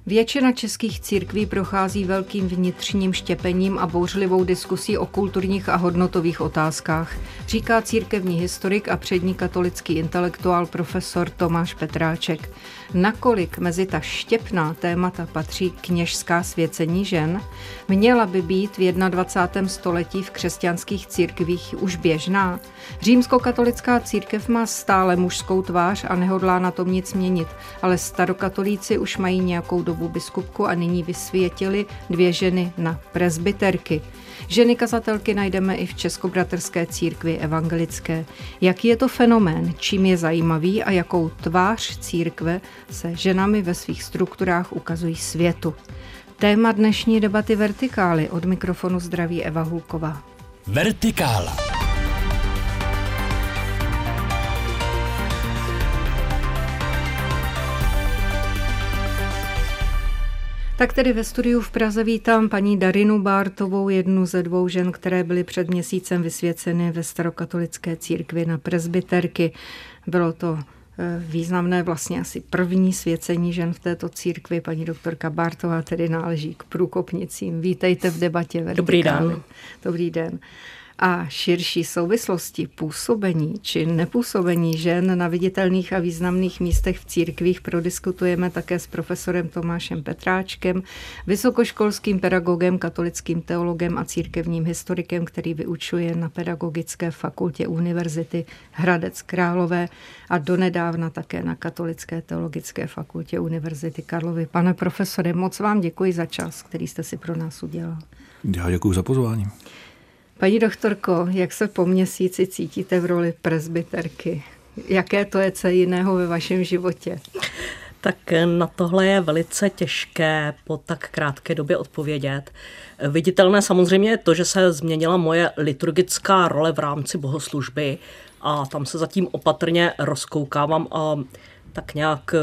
Většina českých církví prochází velkým vnitřním štěpením a bouřlivou diskusí o kulturních a hodnotových otázkách, říká církevní historik a přední katolický intelektuál profesor Tomáš Petráček. Nakolik mezi ta štěpná témata patří kněžská svěcení žen, měla by být v 21. století v křesťanských církvích už běžná? Římskokatolická církev má stále mužskou tvář a nehodlá na tom nic měnit, ale starokatolíci už mají nějakou dobu biskupku a nyní vysvětili 2 ženy na presbyterky. Ženy kazatelky najdeme i v Českobratrské církvi evangelické. Jaký je to fenomén, čím je zajímavý a jakou tvář církve se ženami ve svých strukturách ukazují světu? Téma dnešní debaty Vertikály. Od mikrofonu zdraví Eva Hulková. Vertikála. Tak tedy ve studiu v Praze vítám paní Darinu Bártovou, jednu ze 2 žen, které byly před měsícem vysvěceny ve starokatolické církvi na presbyterky. Bylo to významné, vlastně asi první svěcení žen v této církvi. Paní doktorka Bártová tedy náleží k průkopnicím. Vítejte v debatě Vertikály. Dobrý den. Dobrý den. A širší souvislosti působení či nepůsobení žen na viditelných a významných místech v církvích prodiskutujeme také s profesorem Tomášem Petráčkem, vysokoškolským pedagogem, katolickým teologem a církevním historikem, který vyučuje na Pedagogické fakultě Univerzity Hradec Králové a donedávna také na Katolické teologické fakultě Univerzity Karlovy. Pane profesore, moc vám děkuji za čas, který jste si pro nás udělal. Já děkuji za pozvání. Paní doktorko, jak se po měsíci cítíte v roli presbyterky? Jaké to je co jiného ve vašem životě? Tak na tohle je velice těžké po tak krátké době odpovědět. Viditelné samozřejmě je to, že se změnila moje liturgická role v rámci bohoslužby a tam se zatím opatrně rozkoukávám a tak nějak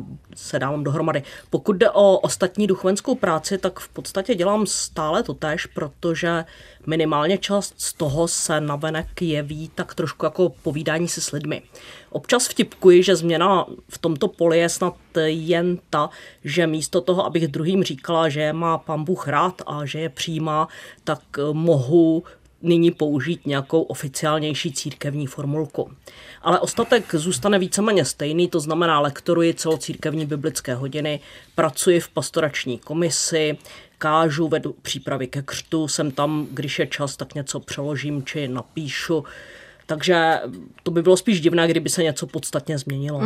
se dávám dohromady. Pokud jde o ostatní duchovenskou práci, tak v podstatě dělám stále totéž, protože minimálně část z toho se navenek jeví tak trošku jako povídání si s lidmi. Občas vtipkuji, že změna v tomto poli je snad jen ta, že místo toho, abych druhým říkala, že je má Pán Bůh rád a že je přijímá, tak mohu nyní použít nějakou oficiálnější církevní formulku. Ale ostatek zůstane víceméně stejný, to znamená lektoruji celocírkevní biblické hodiny, pracuji v pastorační komisi, kážu, vedu přípravy ke křtu, jsem tam, když je čas, tak něco přeložím či napíšu. Takže to by bylo spíš divné, kdyby se něco podstatně změnilo.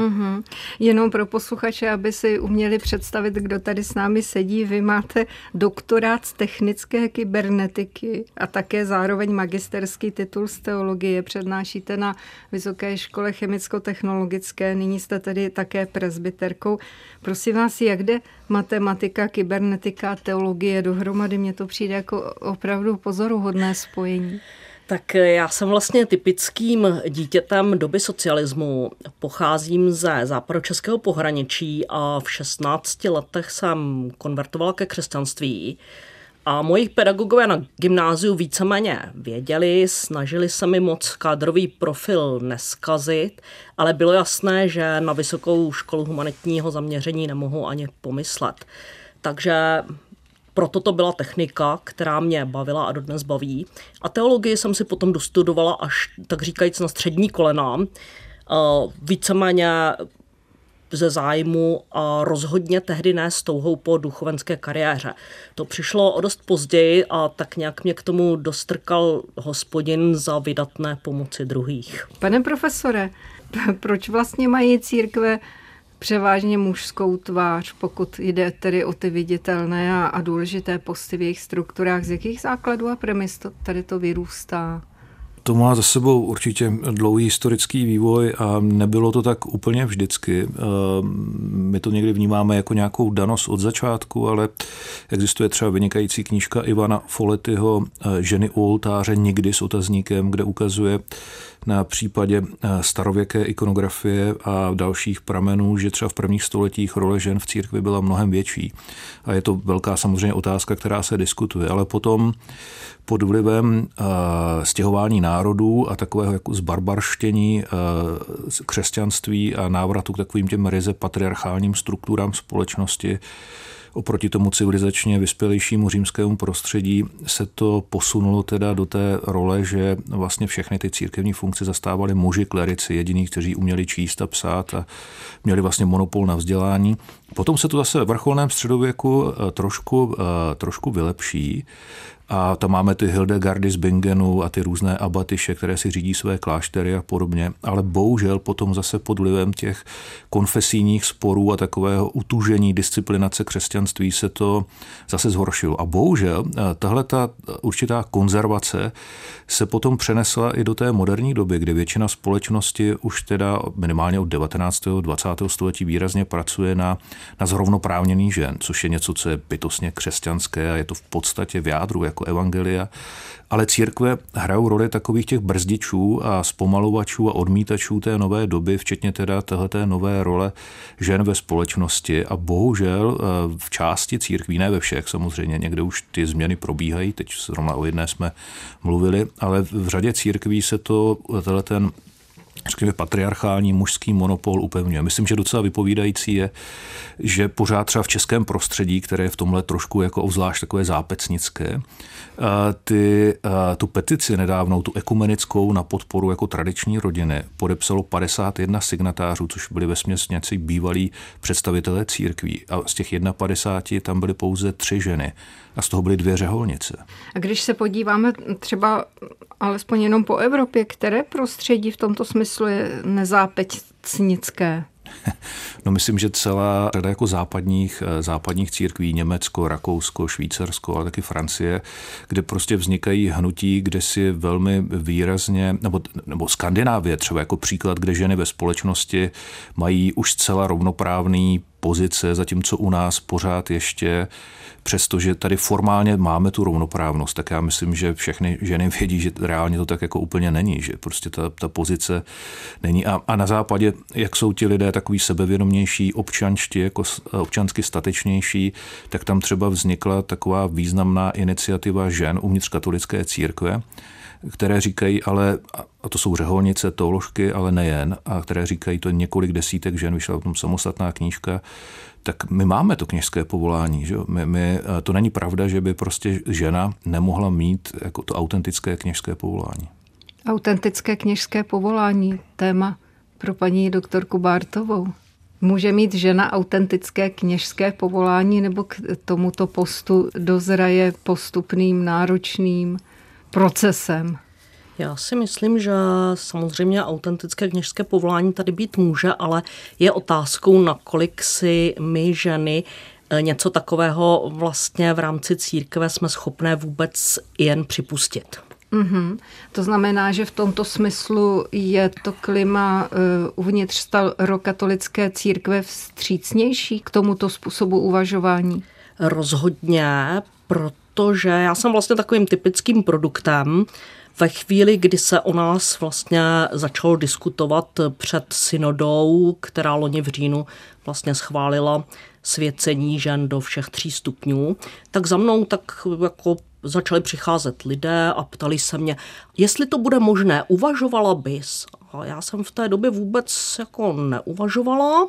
Jenom pro posluchače, aby si uměli představit, kdo tady s námi sedí. Vy máte doktorát z technické kybernetiky a také zároveň magisterský titul z teologie. Přednášíte na Vysoké škole chemicko-technologické, nyní jste tedy také presbyterkou. Prosím vás, jak jde matematika, kybernetika a teologie dohromady? Mně to přijde jako opravdu pozoruhodné spojení. Tak já jsem vlastně typickým dítětem doby socialismu. Pocházím ze západočeského pohraničí a v 16 letech jsem konvertovala ke křesťanství. A moji pedagogové na gymnáziu víceméně věděli, snažili se mi moc kádrový profil neskazit, ale bylo jasné, že na vysokou školu humanitního zaměření nemohu ani pomyslet. Takže proto to byla technika, která mě bavila a dodnes baví. A teologii jsem si potom dostudovala až, tak říkajíc, na střední kolena. Víceméně ze zájmu a rozhodně tehdy ne s touhou po duchovenské kariéře. To přišlo o dost později a tak nějak mě k tomu dostrkal Hospodin za vydatné pomoci druhých. Pane profesore, proč vlastně mají církve převážně mužskou tvář, pokud jde tedy o ty viditelné a důležité posty v jejich strukturách? Z jakých základů a premis tady to vyrůstá? To má za sebou určitě dlouhý historický vývoj a nebylo to tak úplně vždycky. My to někdy vnímáme jako nějakou danost od začátku, ale existuje třeba vynikající knížka Ivana Foletyho Ženy u oltáře, nikdy s otazníkem, kde ukazuje na případě starověké ikonografie a dalších pramenů, že třeba v prvních stoletích role žen v církvi byla mnohem větší. A je to velká samozřejmě otázka, která se diskutuje. Ale potom pod vlivem stěhování národů a takového jako zbarbarštění křesťanství a návratu k takovým těm ryze patriarchálním strukturám společnosti oproti tomu civilizačně vyspělejšímu římskému prostředí se to posunulo teda do té role, že vlastně všechny ty církevní funkce zastávali muži, klerici, jediní, kteří uměli číst a psát a měli vlastně monopol na vzdělání. Potom se to zase ve vrcholném středověku trošku vylepší. A tam máme ty Hildegardy z Bingenu a ty různé abatyše, které si řídí své kláštery a podobně. Ale bohužel potom zase pod vlivem těch konfesijních sporů a takového utužení disciplinace křesťanství se to zase zhoršilo. A bohužel tahle ta určitá konzervace se potom přenesla i do té moderní doby, kdy většina společnosti už teda minimálně od 19. 20. století výrazně pracuje na zrovnoprávnění žen, což je něco, co je bytostně křesťanské a je to v podstatě v jádru jako evangelia, ale církve hrajou roli takových těch brzdičů a zpomalovačů a odmítačů té nové doby, včetně teda téhleté nové role žen ve společnosti a bohužel v části církví, ne ve všech samozřejmě, někde už ty změny probíhají, teď zrovna o jedné jsme mluvili, ale v řadě církví se to ten řekněme patriarchální mužský monopol upevňuje. Myslím, že docela vypovídající je, že pořád třeba v českém prostředí, které je v tomhle trošku jako obzvlášť takové zápecnické, tu petici nedávnou, tu ekumenickou na podporu jako tradiční rodiny podepsalo 51 signatářů, což byli vesměs nějací bývalí představitelé církví. A z těch 51 tam byly pouze 3 ženy. A z toho byly 2 řeholnice. A když se podíváme třeba alespoň jenom po Evropě, které prostředí v tomto smyslu je nezápecnické? No myslím, že celá řada jako západních církví, Německo, Rakousko, Švýcarsko, ale taky Francie, kde prostě vznikají hnutí, kde si velmi výrazně, nebo Skandinávie třeba jako příklad, kde ženy ve společnosti mají už zcela rovnoprávný pozice, zatímco u nás pořád ještě, přestože tady formálně máme tu rovnoprávnost, tak já myslím, že všechny ženy vědí, že reálně to tak jako úplně není, že prostě ta pozice není. A na západě, jak jsou ti lidé takový sebevědomější, občansky statečnější, tak tam třeba vznikla taková významná iniciativa žen uvnitř katolické církve, které říkají, ale, a to jsou řeholnice, teoložky, ale nejen, a které říkají, to několik desítek žen, vyšla o tom samostatná knížka, tak my máme to kněžské povolání. Že? To není pravda, že by prostě žena nemohla mít jako to autentické kněžské povolání. Autentické kněžské povolání, téma pro paní doktorku Bártovou. Může mít žena autentické kněžské povolání nebo k tomuto postu dozraje postupným, náročným procesem? Já si myslím, že samozřejmě autentické kněžské povolání tady být může, ale je otázkou, nakolik si my ženy něco takového vlastně v rámci církve jsme schopné vůbec jen připustit. Mm-hmm. To znamená, že v tomto smyslu je to klima uvnitř starokatolické církve vstřícnější k tomuto způsobu uvažování? Rozhodně, protože já jsem vlastně takovým typickým produktem. Ve chvíli, kdy se o nás vlastně začalo diskutovat před synodou, která loni v říjnu vlastně schválila svěcení žen do všech 3 stupňů, tak za mnou tak jako začali přicházet lidé a ptali se mě, jestli to bude možné, uvažovala bys? A já jsem v té době vůbec jako neuvažovala.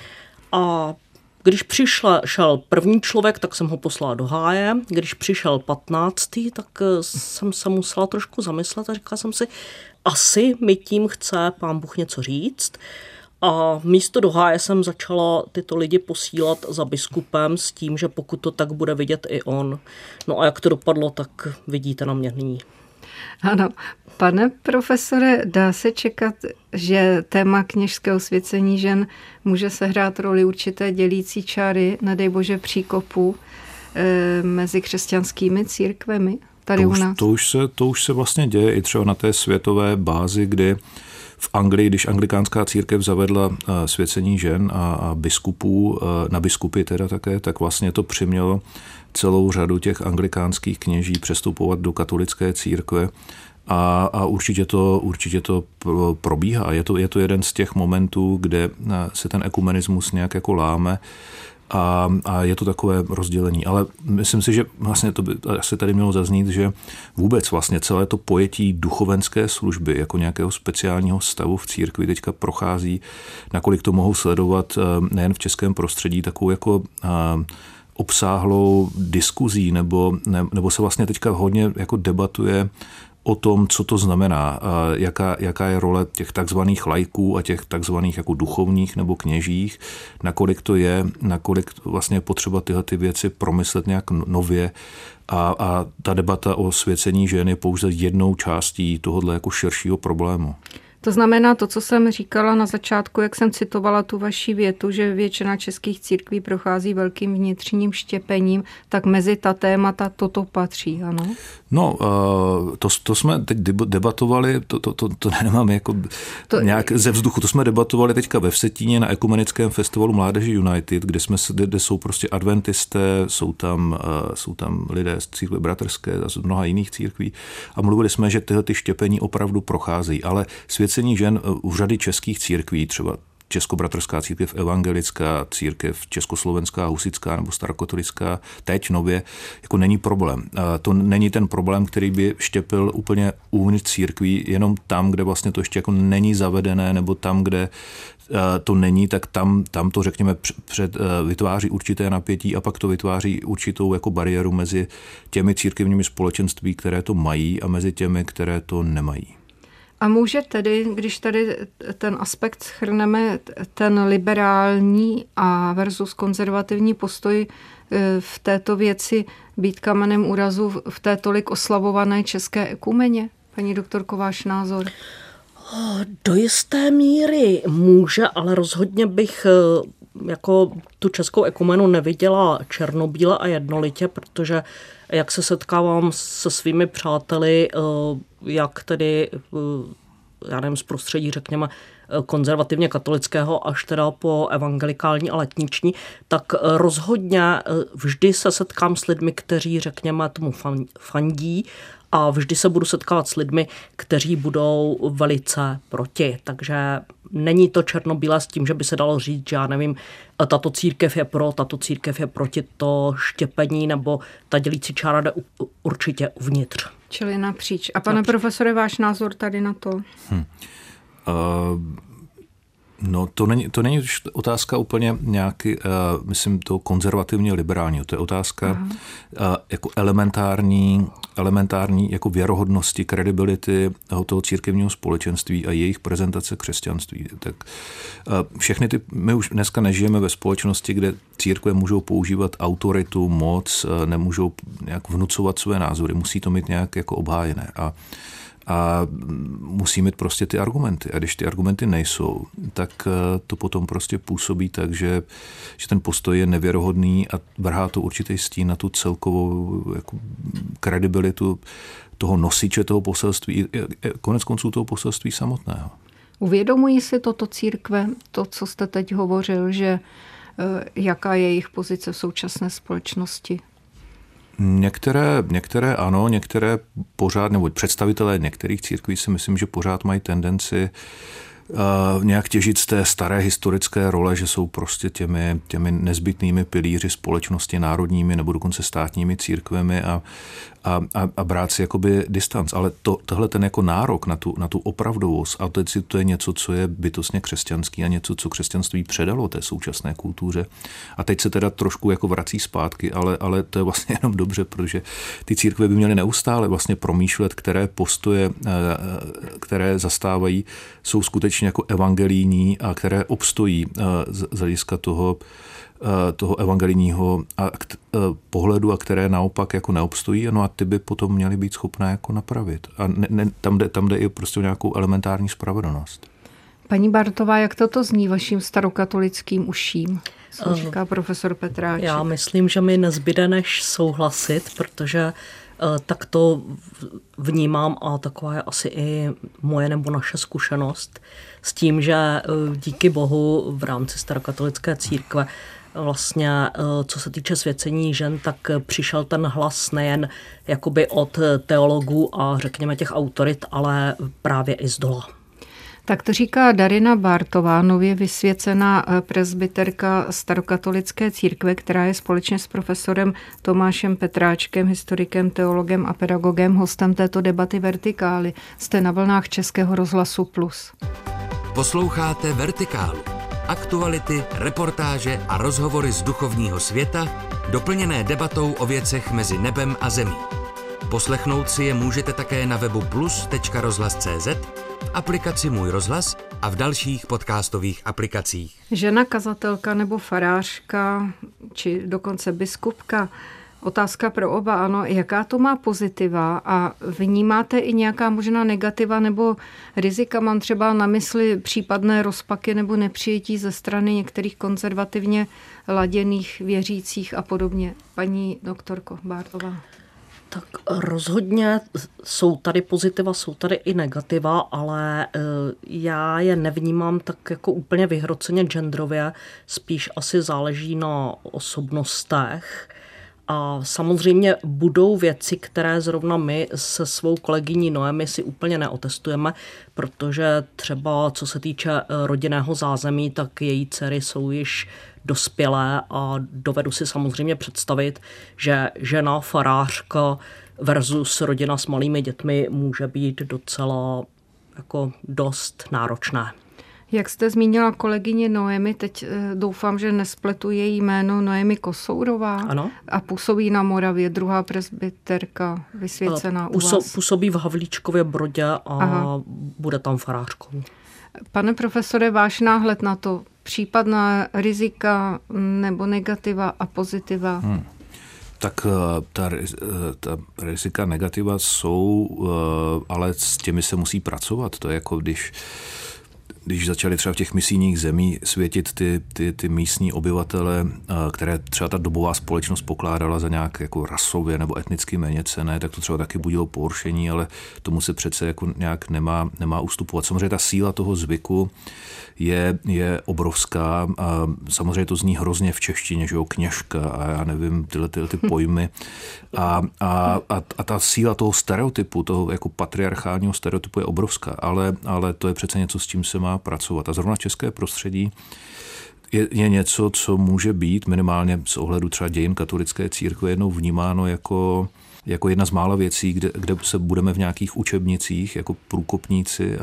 A když šel první člověk, tak jsem ho poslala do háje. Když přišel 15., tak jsem se musela trošku zamyslet a říkala jsem si, asi mi tím chce Pán Bůh něco říct. A místo do háje jsem začala tyto lidi posílat za biskupem s tím, že pokud to tak bude vidět i on. No a jak to dopadlo, tak vidíte na mě nyní. Ano. Pane profesore, dá se čekat, že téma kněžského svěcení žen může sehrát roli určité dělící čáry, nedej bože příkopu mezi křesťanskými církvemi tady u nás? To už se vlastně děje i třeba na té světové bázi, kdy v Anglii, když anglikánská církev zavedla svěcení žen a biskupů, na biskupy teda také, tak vlastně to přimělo celou řadu těch anglikánských kněží přestupovat do katolické církve. A určitě to probíhá. Je to jeden z těch momentů, kde se ten ekumenismus nějak jako láme a je to takové rozdělení. Ale myslím si, že vlastně to by asi tady mělo zaznít, že vůbec vlastně celé to pojetí duchovenské služby jako nějakého speciálního stavu v církvi teďka prochází, nakolik to mohou sledovat nejen v českém prostředí, takovou jako obsáhlou diskuzí, nebo se vlastně teďka hodně jako debatuje o tom, co to znamená, jaká je role těch takzvaných laiků a těch takzvaných jako duchovních nebo kněžích, nakolik to je, nakolik vlastně je potřeba tyhle ty věci promyslet nějak nově a ta debata o svěcení žen je pouze jednou částí tohohle jako širšího problému. To znamená to, co jsem říkala na začátku, jak jsem citovala tu vaši větu, že většina českých církví prochází velkým vnitřním štěpením, tak mezi ta témata toto patří, ano? No, to jsme teď debatovali, to nemám jako nějak ze vzduchu, to jsme debatovali teďka ve Vsetíně na Ekumenickém festivalu Mládeže United, kde jsou prostě adventisté, jsou tam lidé z církve bratrské a z mnoha jiných církví a mluvili jsme, že tyhle ty štěpení opravdu procházejí, ale svěcení žen u řady českých církví, třeba Českobratrská církev, evangelická církev, československá, husitská nebo starokatolická, teď nově, jako není problém. To není ten problém, který by štěpil úplně uvnitř církví, jenom tam, kde vlastně to ještě jako není zavedené, nebo tam, kde to není, tak tam to, řekněme, vytváří určité napětí a pak to vytváří určitou jako bariéru mezi těmi církevními společenství, které to mají a mezi těmi, které to nemají. A může tedy, když tady ten aspekt shrneme, ten liberální a versus konzervativní postoj v této věci být kamenem úrazu v té tolik oslavované české ekumeně? Paní doktorko, váš názor? Do jisté míry může, ale rozhodně bych jako tu českou ekumenu neviděla černobíle a jednolitě, protože jak se setkávám se svými přáteli, jak tedy, já nevím, z prostředí, řekněme, konzervativně katolického až teda po evangelikální a letniční, tak rozhodně vždy se setkám s lidmi, kteří, řekněme, tomu fandí a vždy se budu setkávat s lidmi, kteří budou velice proti. Takže není to černobílé s tím, že by se dalo říct, že já nevím, tato církev je pro, tato církev je proti, to štěpení nebo ta dělící čára jde určitě uvnitř. Čili napříč. A pane profesore, váš názor tady na to? No, to není otázka úplně nějaký, myslím, to konzervativně liberální. To je otázka jako elementární jako věrohodnosti, kredibility toho církevního společenství a jejich prezentace křesťanství. Tak my už dneska nežijeme ve společnosti, kde církve můžou používat autoritu, moc, nemůžou nějak vnucovat své názory, musí to mít nějak jako obhájené. A musí mít prostě ty argumenty. A když ty argumenty nejsou, tak to potom prostě působí tak, že ten postoj je nevěrohodný a vrhá to určitý stín na tu celkovou jako kredibilitu toho nosiče toho poselství, konec konců toho poselství samotného. Uvědomují si toto církve, to, co jste teď hovořil, že jaká je jejich pozice v současné společnosti? Některé ano, některé pořád, nebo představitelé některých církví si myslím, že pořád mají tendenci nějak těžit z té staré historické role, že jsou prostě těmi nezbytnými pilíři společnosti, národními nebo dokonce státními církvemi a brát si jakoby distanc. Ale tohle ten jako nárok na tu opravdovost, a to je něco, co je bytostně křesťanský a něco, co křesťanství předalo té současné kultuře. A teď se teda trošku jako vrací zpátky, ale to je vlastně jenom dobře, protože ty církve by měly neustále vlastně promýšlet, které postoje, které zastávají, jsou skutečně jako evangelijní a které obstojí z hlediska toho evangelijního pohledu a které naopak jako neobstojí, no a ty by potom měly být schopné jako napravit. A tam jde i prostě o nějakou elementární spravedlnost. Paní Bartová, jak toto zní vaším starokatolickým uším? Co říká profesor Petráček? Já myslím, že mi nezbyde než souhlasit, protože tak to vnímám a taková je asi i moje nebo naše zkušenost s tím, že díky Bohu v rámci starokatolické církve vlastně, co se týče svěcení žen, tak přišel ten hlas nejen jakoby od teologů a řekněme těch autorit, ale právě i z dola. Tak to říká Darina Bartová, nově vysvěcená presbyterka starokatolické církve, která je společně s profesorem Tomášem Petráčkem, historikem, teologem a pedagogem, hostem této debaty Vertikály. Jste na vlnách Českého rozhlasu Plus. Posloucháte Vertikálu. aktuality, reportáže a rozhovory z duchovního světa, doplněné debatou o věcech mezi nebem a zemí. Poslechnout si je můžete také na webu plus.rozhlas.cz, v aplikaci Můj rozhlas a v dalších podcastových aplikacích. Žena kazatelka nebo farářka, či dokonce biskupka, otázka pro oba, ano, jaká to má pozitiva a vnímáte i nějaká možná negativa nebo rizika? Mám třeba na mysli případné rozpaky nebo nepřijetí ze strany některých konzervativně laděných věřících a podobně. Paní doktorko Bártová. Tak rozhodně jsou tady pozitiva, jsou tady i negativa, ale já je nevnímám tak jako úplně vyhroceně genderově, spíš asi záleží na osobnostech. A samozřejmě budou věci, které zrovna my se svou kolegyní Noemi si úplně neotestujeme, protože třeba co se týče rodinného zázemí, tak její dcery jsou již dospělé a dovedu si samozřejmě představit, že žena farářka versus rodina s malými dětmi může být docela jako dost náročné. Jak jste zmínila kolegyně Noemi, teď doufám, že nespletu její jméno, Noemi Kosourová. Ano. A působí na Moravě, druhá presbyterka vysvěcená u vás. Působí v Havlíčkově Brodě a bude tam farářkou. Pane profesore, váš náhled na to, případná rizika nebo negativa a pozitiva? Tak ta rizika negativa jsou, ale s těmi se musí pracovat. To je jako když začali třeba v těch misijních zemí světit ty místní obyvatele, které třeba ta dobová společnost pokládala za nějak jako rasově nebo etnicky méněcenné, tak to třeba taky budilo pohoršení, ale tomu se přece jako nějak nemá ustupovat. Samozřejmě ta síla toho zvyku je obrovská a samozřejmě to zní hrozně v češtině, že jo, kněžka a já nevím, tyhle ty pojmy a ta síla toho stereotypu, toho jako patriarchálního stereotypu je obrovská, ale to je přece něco, s čím se má pracovat. A zrovna české prostředí je něco, co může být minimálně z ohledu třeba dějin katolické církve jednou vnímáno jako jedna z mála věcí, kde se budeme v nějakých učebnicích jako průkopníci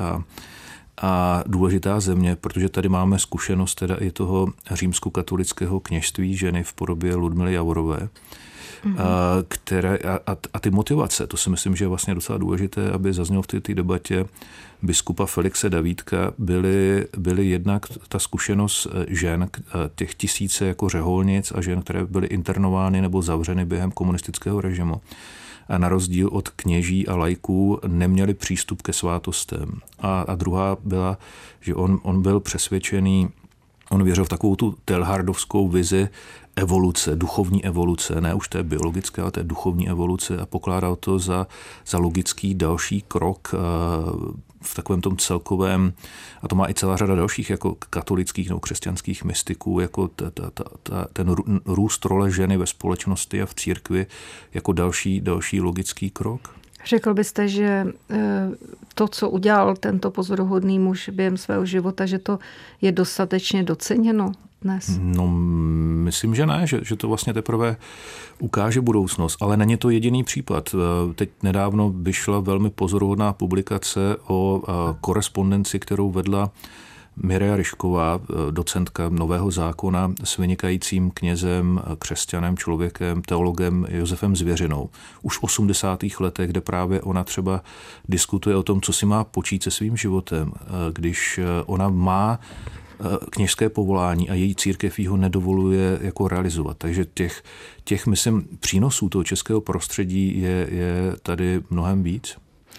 a důležitá země, protože tady máme zkušenost teda i toho římskokatolického kněžství ženy v podobě Ludmily Javorové, a ty motivace, to si myslím, že je vlastně docela důležité, aby zaznělo v té debatě biskupa Felixe Davídka, byly jednak ta zkušenost žen, těch tisíce jako řeholnic a žen, které byly internovány nebo zavřeny během komunistického režimu. A na rozdíl od kněží a laiků neměli přístup ke svátostem. A druhá byla, že on byl přesvědčený, on věřil v takovou tu telhardovskou vizi evoluce, duchovní evoluce, ne už té biologické, ale té duchovní evoluce a pokládal to za logický další krok v takovém tom celkovém, a to má i celá řada dalších jako katolických nebo křesťanských mystiků, jako ten růst role ženy ve společnosti a v církvi jako další logický krok. Řekl byste, že to, co udělal tento pozoruhodný muž během svého života, že to je dostatečně doceněno dnes? No, myslím, že ne, že to vlastně teprve ukáže budoucnost, ale není to jediný případ. Teď nedávno vyšla velmi pozoruhodná publikace o korespondenci, kterou vedla Mireja Ryšková, docentka Nového zákona, s vynikajícím knězem, křesťanem, člověkem, teologem Josefem Zvěřinou. Už v 80. letech, kde právě ona třeba diskutuje o tom, co si má počít se svým životem, když ona má kněžské povolání a její církev jí ho nedovoluje jako realizovat. Takže těch myslím, přínosů toho českého prostředí je tady mnohem víc.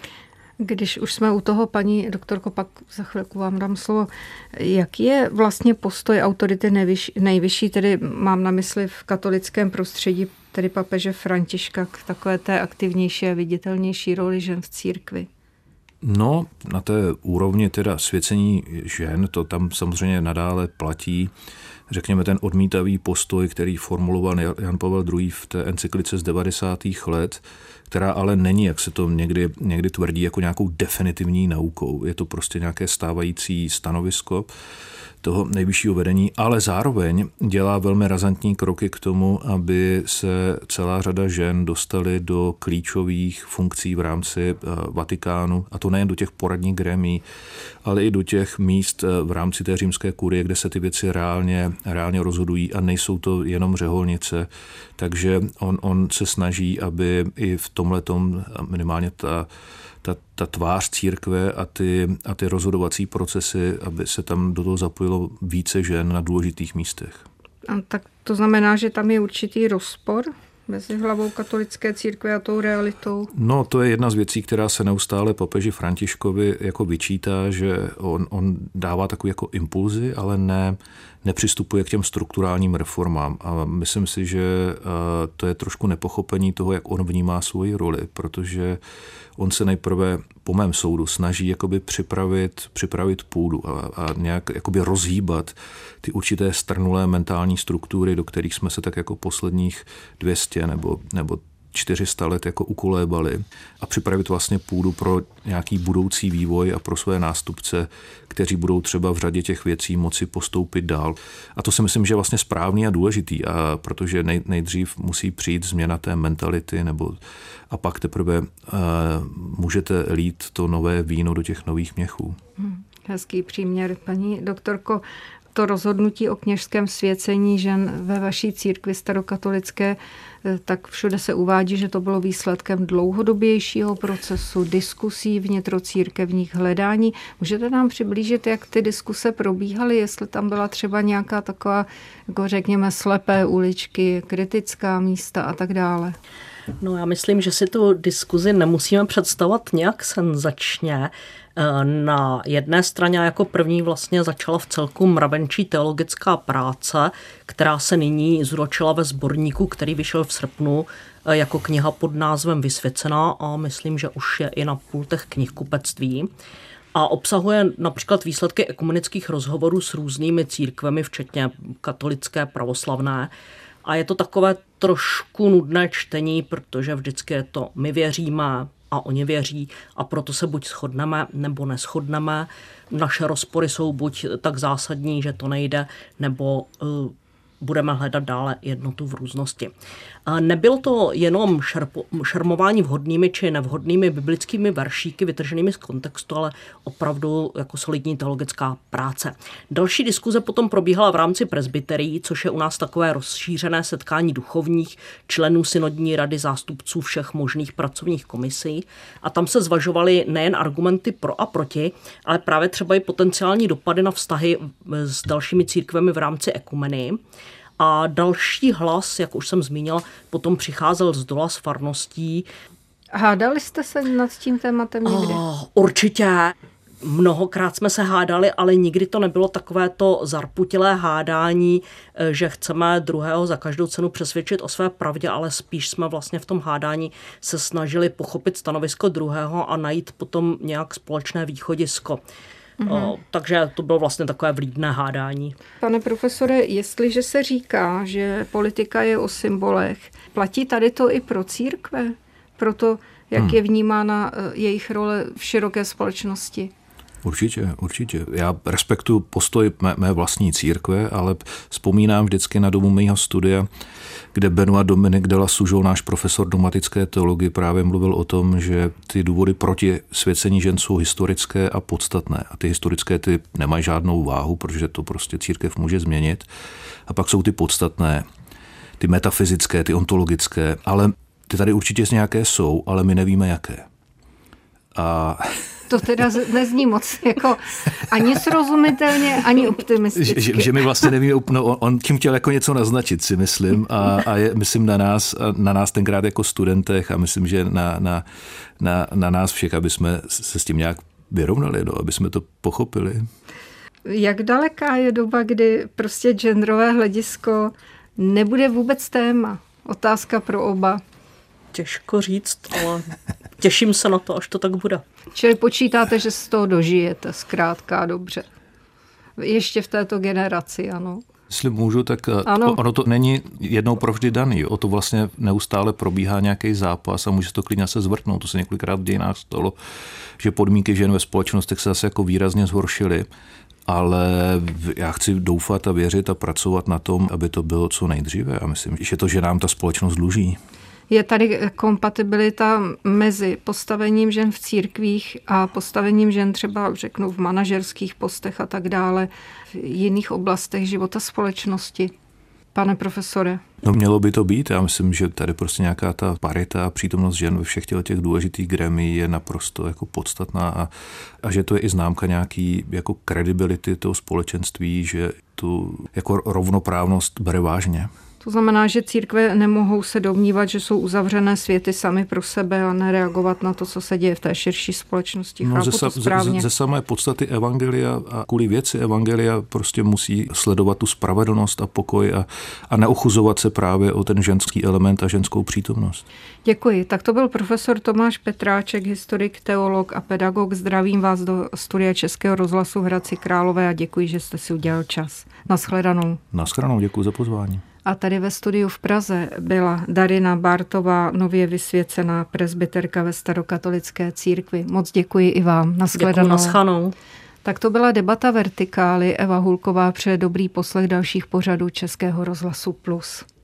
Když už jsme u toho, paní doktorko, pak za chvilku vám dám slovo. Jaký je vlastně postoj autority nejvyšší, tedy mám na mysli v katolickém prostředí, tedy papeže Františka, k takové té aktivnější a viditelnější roli žen v církvi? No, na té úrovni teda svěcení žen, to tam samozřejmě nadále platí, řekněme, ten odmítavý postoj, který formuloval Jan Pavel II. V té encyklice z 90. let, která ale není, jak se to někdy tvrdí, jako nějakou definitivní naukou. Je to prostě nějaké stávající stanovisko. toho nejvyššího vedení, ale zároveň dělá velmi razantní kroky k tomu, aby se celá řada žen dostaly do klíčových funkcí v rámci Vatikánu, a to nejen do těch poradních grémií, ale i do těch míst v rámci té římské kurie, kde se ty věci reálně rozhodují a nejsou to jenom řeholnice. Takže on se snaží, aby i v tomhletom minimálně ta tvář církve a ty rozhodovací procesy, aby se tam do toho zapojilo více žen na důležitých místech. A tak to znamená, že tam je určitý rozpor mezi hlavou katolické církve a tou realitou? No, to je jedna z věcí, která se neustále papeži Františkovi jako vyčítá, že on dává takové jako impulzy, ale nepřistupuje k těm strukturálním reformám. A myslím si, že to je trošku nepochopení toho, jak on vnímá svoji roli, protože on se nejprve po mém soudu snaží jakoby připravit půdu a nějak jakoby rozhýbat ty určité strnulé mentální struktury, do kterých jsme se tak jako posledních 200 nebo 400 let jako ukolébali, a připravit vlastně půdu pro nějaký budoucí vývoj a pro své nástupce, kteří budou třeba v řadě těch věcí moci postoupit dál. A to si myslím, že je vlastně správný a důležitý, a protože nejdřív musí přijít změna té mentality, a pak teprve můžete lít to nové víno do těch nových měchů. Hezký příměr, paní doktorko. To rozhodnutí o kněžském svěcení žen ve vaší církvi starokatolické, tak všude se uvádí, že to bylo výsledkem dlouhodobějšího procesu, diskusí vnitrocírkevních, hledání. Můžete nám přiblížit, jak ty diskuse probíhaly, jestli tam byla třeba nějaká taková, jako řekněme, slepé uličky, kritická místa a tak dále? No, já myslím, že si tu diskuzi nemusíme představovat nějak senzačně. Na jedné straně jako první vlastně začala v celku mravenčí teologická práce, která se nyní zúročila ve sborníku, který vyšel v srpnu jako kniha pod názvem Vysvěcená, a myslím, že už je i na pultech knihkupectví. A obsahuje například výsledky ekumenických rozhovorů s různými církvemi, včetně katolické, pravoslavné. A je to takové trošku nudné čtení, protože vždycky je to my věříme a oni věří, a proto se buď shodneme, nebo neshodneme. Naše rozpory jsou buď tak zásadní, že to nejde, nebo budeme hledat dále jednotu v různosti. Nebylo to jenom šermování vhodnými či nevhodnými biblickými veršíky vytrženými z kontextu, ale opravdu jako solidní teologická práce. Další diskuze potom probíhala v rámci presbyterií, což je u nás takové rozšířené setkání duchovních, členů synodní rady, zástupců všech možných pracovních komisí, a tam se zvažovaly nejen argumenty pro a proti, ale právě třeba i potenciální dopady na vztahy s dalšími církvemi v rámci ekumeny. A další hlas, jak už jsem zmínila, potom přicházel z dola z farností. Hádali jste se nad tím tématem někdy? Určitě. Mnohokrát jsme se hádali, ale nikdy to nebylo takové to zarputilé hádání, že chceme druhého za každou cenu přesvědčit o své pravdě, ale spíš jsme vlastně v tom hádání se snažili pochopit stanovisko druhého a najít potom nějak společné východisko. Takže to bylo vlastně takové vlídné hádání. Pane profesore, jestliže se říká, že politika je o symbolech, platí tady to i pro církve? Pro to, jak je vnímána jejich role v široké společnosti? Určitě. Já respektuji postoj mé vlastní církve, ale vzpomínám vždycky na dobu mého studia, kde Benoît Dominique de la Soužot, náš profesor dogmatické teologie, právě mluvil o tom, že ty důvody proti svěcení žen jsou historické a podstatné. A ty historické ty nemají žádnou váhu, protože to prostě církev může změnit. A pak jsou ty podstatné, ty metafyzické, ty ontologické, ale ty tady určitě nějaké jsou, ale my nevíme jaké. A to teda nezní moc jako ani srozumitelně, ani optimisticky. Že my vlastně nevíme, no, on tím chtěl jako něco naznačit, si myslím, a je, myslím na nás tenkrát jako studentech, a myslím, že na nás všech, aby jsme se s tím nějak vyrovnali, no, aby jsme to pochopili. Jak daleká je doba, kdy prostě genderové hledisko nebude vůbec téma? Otázka pro oba. Těžko říct, ale těším se na to, až to tak bude. Čili počítáte, že z toho dožijete zkrátka dobře. Ještě v této generaci, ano. Jestli můžu, tak ono to není jednou provždy daný. O to vlastně neustále probíhá nějaký zápas a může to klidně se zvrtnout. To se několikrát v dějinách stalo, že podmínky žen ve společnostech se zase jako výrazně zhoršily. ale já chci doufat a věřit a pracovat na tom, aby to bylo co nejdříve. A myslím, že to, že nám ta společnost dluží. Je tady kompatibilita mezi postavením žen v církvích a postavením žen třeba, řeknu, v manažerských postech a tak dále, v jiných oblastech života společnosti? Pane profesore. No mělo by to být. Já myslím, že tady prostě nějaká ta parita a přítomnost žen ve všech těch důležitých gremií je naprosto jako podstatná a že to je i známka nějaký jako kredibility toho společenství, že tu jako rovnoprávnost bere vážně. To znamená, že církve nemohou se domnívat, že jsou uzavřené světy sami pro sebe a nereagovat na to, co se děje v té širší společnosti. No, Chápu to správně? Ze samé podstaty evangelia a kvůli věci evangelia prostě musí sledovat tu spravedlnost a pokoj a neochuzovat se právě o ten ženský element a ženskou přítomnost. Děkuji. Tak to byl profesor Tomáš Petráček, historik, teolog a pedagog. Zdravím vás do studia Českého rozhlasu v Hradci Králové a děkuji, že jste si udělal čas. Naschledanou. Naschledanou, děkuji za pozvání. A tady ve studiu v Praze byla Darina Bártová, nově vysvěcená presbyterka ve Starokatolické církvi. Moc děkuji i vám. Naschledanou. Děkuji, naschledanou. Tak to byla debata Vertikály. Eva Hulková přeje dobrý poslech dalších pořadů Českého rozhlasu Plus.